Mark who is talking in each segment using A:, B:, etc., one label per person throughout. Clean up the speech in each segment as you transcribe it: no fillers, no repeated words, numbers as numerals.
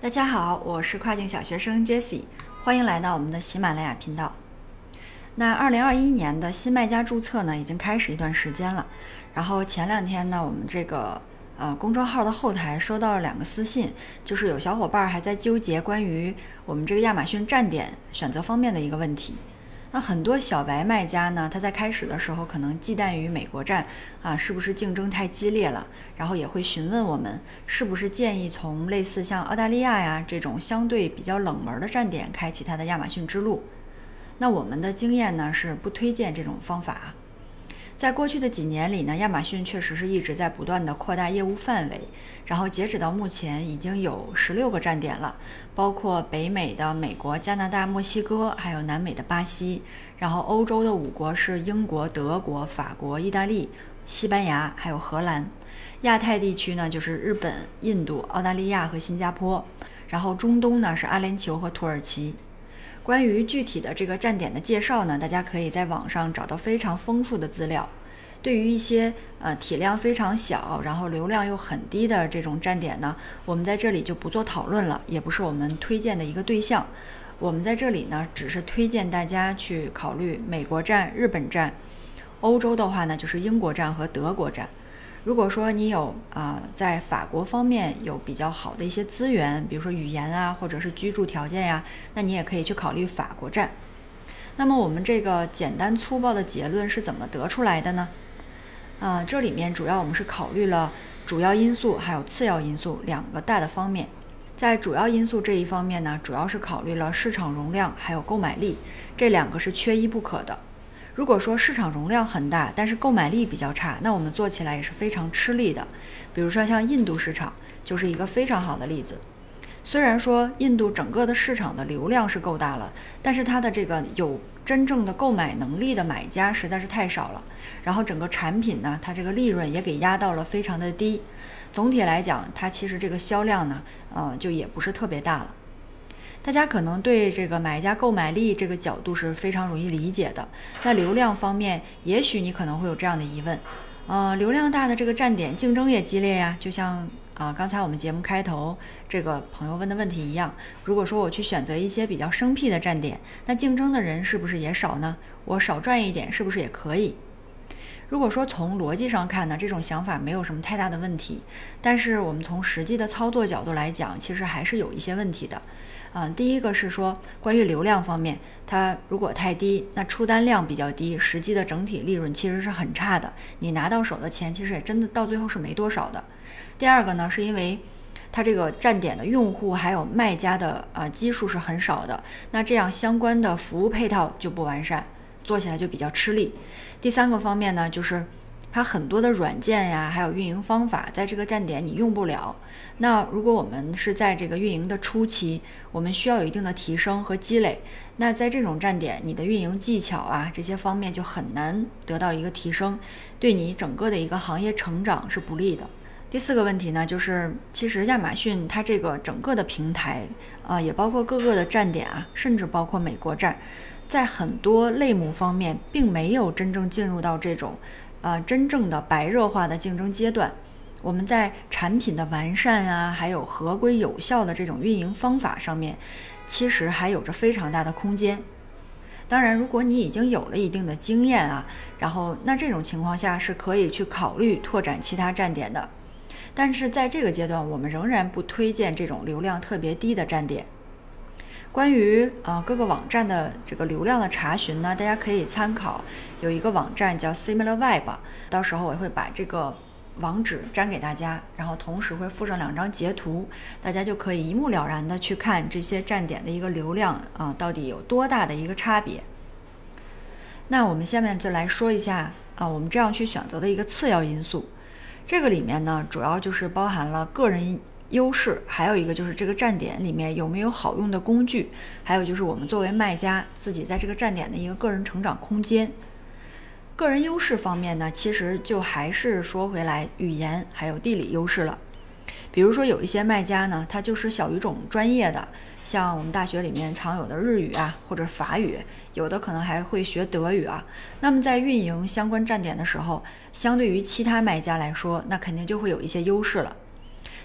A: 大家好，我是跨境小学生 Jessie， 欢迎来到我们的喜马拉雅频道。那2021年的新卖家注册呢，已经开始一段时间了。然后前两天呢，我们这个公众号的后台收到了2个私信，就是有小伙伴还在纠结关于我们这个亚马逊站点选择方面的一个问题。那很多小白卖家呢，他在开始的时候可能忌惮于美国站是不是竞争太激烈了，然后也会询问我们是不是建议从类似像澳大利亚呀这种相对比较冷门的站点开启它的亚马逊之路。那我们的经验呢是不推荐这种方法。在过去的几年里呢，亚马逊确实是一直在不断的扩大业务范围，然后截止到目前已经有16个站点了，包括北美的美国、加拿大、墨西哥，还有南美的巴西，然后欧洲的5国是英国、德国、法国、意大利、西班牙，还有荷兰。亚太地区呢就是日本、印度、澳大利亚和新加坡，然后中东呢是阿联酋和土耳其。关于具体的这个站点的介绍呢，大家可以在网上找到非常丰富的资料。对于一些体量非常小，然后流量又很低的这种站点呢，我们在这里就不做讨论了，也不是我们推荐的一个对象。我们在这里呢，只是推荐大家去考虑美国站、日本站，欧洲的话呢就是英国站和德国站。如果说你有在法国方面有比较好的一些资源，比如说语言啊，或者是居住条件呀，那你也可以去考虑法国站。那么我们这个简单粗暴的结论是怎么得出来的呢？这里面主要我们是考虑了主要因素还有次要因素2个大的方面。在主要因素这一方面呢，主要是考虑了市场容量还有购买力，这2个是缺一不可的。如果说市场容量很大，但是购买力比较差，那我们做起来也是非常吃力的。比如说像印度市场就是一个非常好的例子。虽然说印度整个的市场的流量是够大了，但是它的这个有真正的购买能力的买家实在是太少了，然后整个产品呢，它这个利润也给压到了非常的低。总体来讲，它其实这个销量呢就也不是特别大了。大家可能对这个买家购买力这个角度是非常容易理解的。那流量方面，也许你可能会有这样的疑问，流量大的这个站点竞争也激烈呀，就像刚才我们节目开头这个朋友问的问题一样，如果说我去选择一些比较生僻的站点，那竞争的人是不是也少呢？我少赚一点是不是也可以？如果说从逻辑上看呢，这种想法没有什么太大的问题，但是我们从实际的操作角度来讲，其实还是有一些问题的。第一个是说关于流量方面，它如果太低，那出单量比较低，实际的整体利润其实是很差的，你拿到手的钱其实也真的到最后是没多少的。第二个呢，是因为它这个站点的用户还有卖家的基数是很少的，那这样相关的服务配套就不完善，做起来就比较吃力。第3个方面呢，就是它很多的软件呀，还有运营方法，在这个站点你用不了。那如果我们是在这个运营的初期，我们需要有一定的提升和积累，那在这种站点，你的运营技巧这些方面就很难得到一个提升，对你整个的一个行业成长是不利的。第4个问题呢，就是其实亚马逊它这个整个的平台也包括各个的站点甚至包括美国站，在很多类目方面并没有真正进入到这种真正的白热化的竞争阶段。我们在产品的完善还有合规有效的这种运营方法上面，其实还有着非常大的空间。当然，如果你已经有了一定的经验然后那这种情况下是可以去考虑拓展其他站点的。但是在这个阶段，我们仍然不推荐这种流量特别低的站点。关于各个网站的这个流量的查询呢，大家可以参考有一个网站叫 SimilarWeb， 到时候我会把这个网址粘给大家，然后同时会附上2张截图，大家就可以一目了然的去看这些站点的一个流量到底有多大的一个差别。那我们下面就来说一下我们这样去选择的一个次要因素。这个里面呢，主要就是包含了个人优势，还有一个就是这个站点里面有没有好用的工具，还有就是我们作为卖家自己在这个站点的一个个人成长空间。个人优势方面呢，其实就还是说回来语言还有地理优势了。比如说有一些卖家呢，他就是小语种专业的，像我们大学里面常有的日语或者法语，有的可能还会学德语那么在运营相关站点的时候，相对于其他卖家来说，那肯定就会有一些优势了。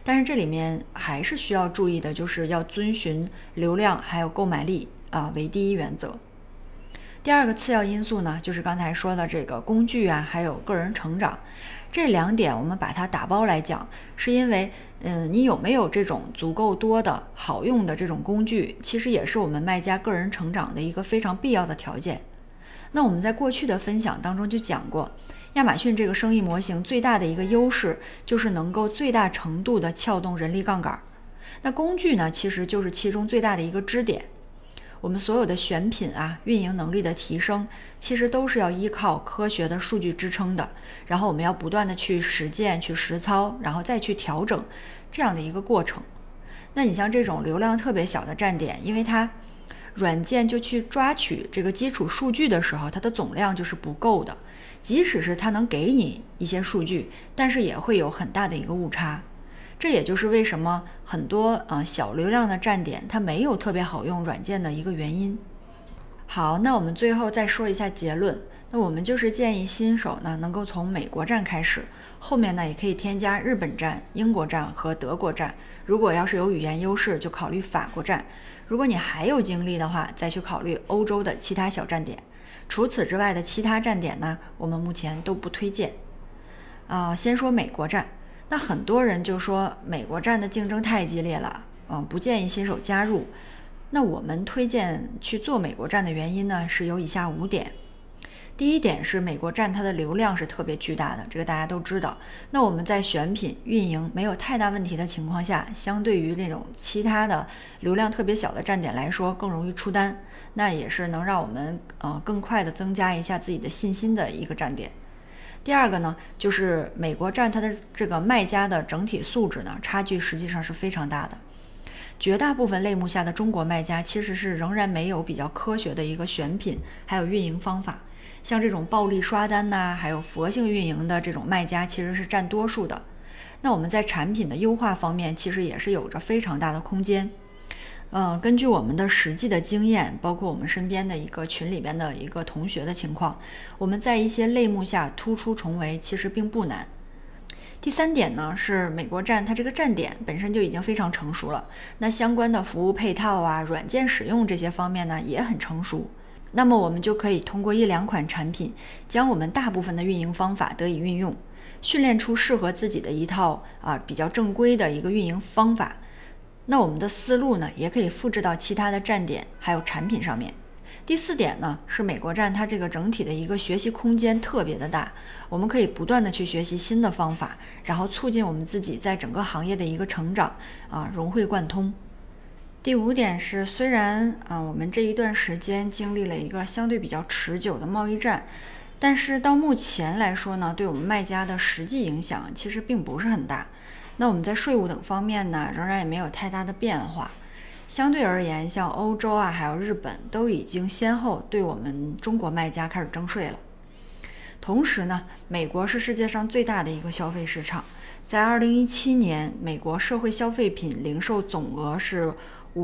A: 但是这里面还是需要注意的，就是要遵循流量还有购买力为第一原则。第二个次要因素呢，就是刚才说的这个工具还有个人成长。这2点我们把它打包来讲，是因为你有没有这种足够多的好用的这种工具，其实也是我们卖家个人成长的一个非常必要的条件。那我们在过去的分享当中就讲过，亚马逊这个生意模型最大的一个优势就是能够最大程度的撬动人力杠杆。那工具呢，其实就是其中最大的一个支点。我们所有的选品运营能力的提升，其实都是要依靠科学的数据支撑的，然后我们要不断的去实践、去实操，然后再去调整这样的一个过程。那你像这种流量特别小的站点，因为它软件就去抓取这个基础数据的时候，它的总量就是不够的，即使是它能给你一些数据，但是也会有很大的一个误差。这也就是为什么很多小流量的站点它没有特别好用软件的一个原因。好，那我们最后再说一下结论。那我们就是建议新手呢能够从美国站开始，后面呢也可以添加日本站、英国站和德国站。如果要是有语言优势，就考虑法国站。如果你还有精力的话，再去考虑欧洲的其他小站点。除此之外的其他站点呢，我们目前都不推荐。先说美国站。那很多人就说美国站的竞争太激烈了，不建议新手加入。那我们推荐去做美国站的原因呢，是有以下5点。第一点是美国站它的流量是特别巨大的，这个大家都知道。那我们在选品、运营没有太大问题的情况下，相对于那种其他的流量特别小的站点来说，更容易出单。那也是能让我们更快的增加一下自己的信心的一个站点。第二个呢，就是美国站它的这个卖家的整体素质呢，差距实际上是非常大的。绝大部分类目下的中国卖家其实是仍然没有比较科学的一个选品还有运营方法，像这种暴力刷单还有佛性运营的这种卖家其实是占多数的。那我们在产品的优化方面其实也是有着非常大的空间。根据我们的实际的经验，包括我们身边的一个群里边的一个同学的情况，我们在一些类目下突出重围其实并不难。第3点呢，是美国站它这个站点本身就已经非常成熟了，那相关的服务配套软件使用这些方面呢也很成熟。那么我们就可以通过1-2款产品，将我们大部分的运营方法得以运用，训练出适合自己的一套比较正规的一个运营方法。那我们的思路呢，也可以复制到其他的站点还有产品上面。第4点呢，是美国站它这个整体的一个学习空间特别的大，我们可以不断的去学习新的方法，然后促进我们自己在整个行业的一个成长融会贯通。第5点是，虽然我们这一段时间经历了一个相对比较持久的贸易战，但是到目前来说呢，对我们卖家的实际影响其实并不是很大。那我们在税务等方面呢，仍然也没有太大的变化。相对而言，像欧洲还有日本都已经先后对我们中国卖家开始征税了。同时呢，美国是世界上最大的一个消费市场，在2017年，美国社会消费品零售总额是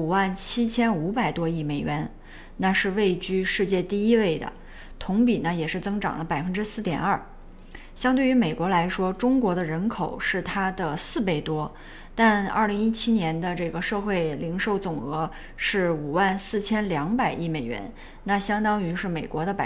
A: 57500多亿美元，那是位居世界第1位的，同比呢也是增长了 4.2%。相对于美国来说，中国的人口是它的4倍多，但2017年的这个社会零售总额是54200亿美元，那相当于是美国的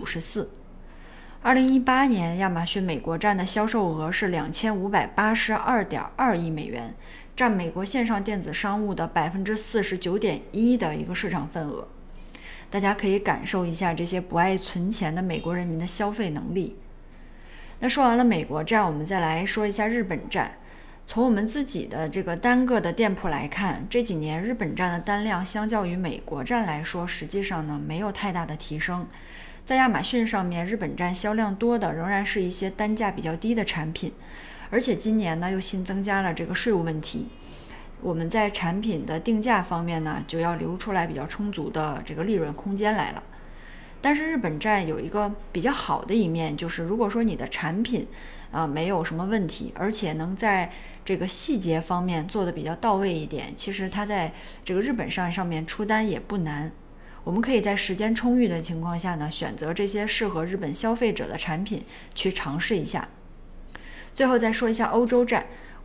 A: 94%。2018年，亚马逊美国站的销售额是2582.2亿美元，占美国线上电子商务的 49.1% 的一个市场份额。大家可以感受一下这些不爱存钱的美国人民的消费能力。那说完了美国站，我们再来说一下日本站。从我们自己的这个单个的店铺来看，这几年日本站的单量相较于美国站来说，实际上呢没有太大的提升。在亚马逊上面，日本站销量多的仍然是一些单价比较低的产品，而且今年呢又新增加了这个税务问题，我们在产品的定价方面呢就要留出来比较充足的这个利润空间来了。但是日本站有一个比较好的一面，就是如果说你的产品没有什么问题，而且能在这个细节方面做得比较到位一点，其实它在这个日本上面出单也不难。我们可以在时间充裕的情况下呢，选择这些适合日本消费者的产品去尝试一下。最后再说一下欧洲站，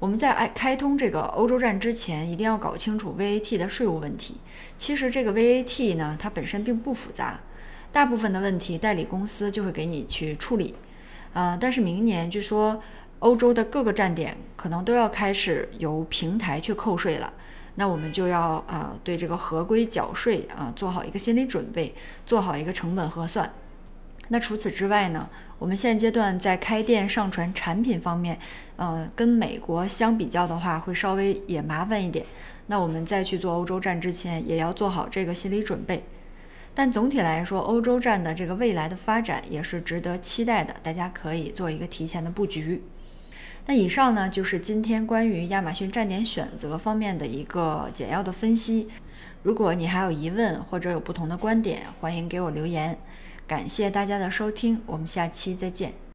A: 我们在开通这个欧洲站之前，一定要搞清楚 VAT 的税务问题。其实这个 VAT 呢，它本身并不复杂，大部分的问题代理公司就会给你去处理。但是明年据说欧洲的各个站点可能都要开始由平台去扣税了，那我们就要对这个合规缴税做好一个心理准备，做好一个成本核算。那除此之外呢，我们现阶段在开店上传产品方面，跟美国相比较的话，会稍微也麻烦一点。那我们在去做欧洲站之前，也要做好这个心理准备。但总体来说，欧洲站的这个未来的发展也是值得期待的，大家可以做一个提前的布局。那以上呢，就是今天关于亚马逊站点选择方面的一个简要的分析。如果你还有疑问或者有不同的观点，欢迎给我留言。感谢大家的收听，我们下期再见。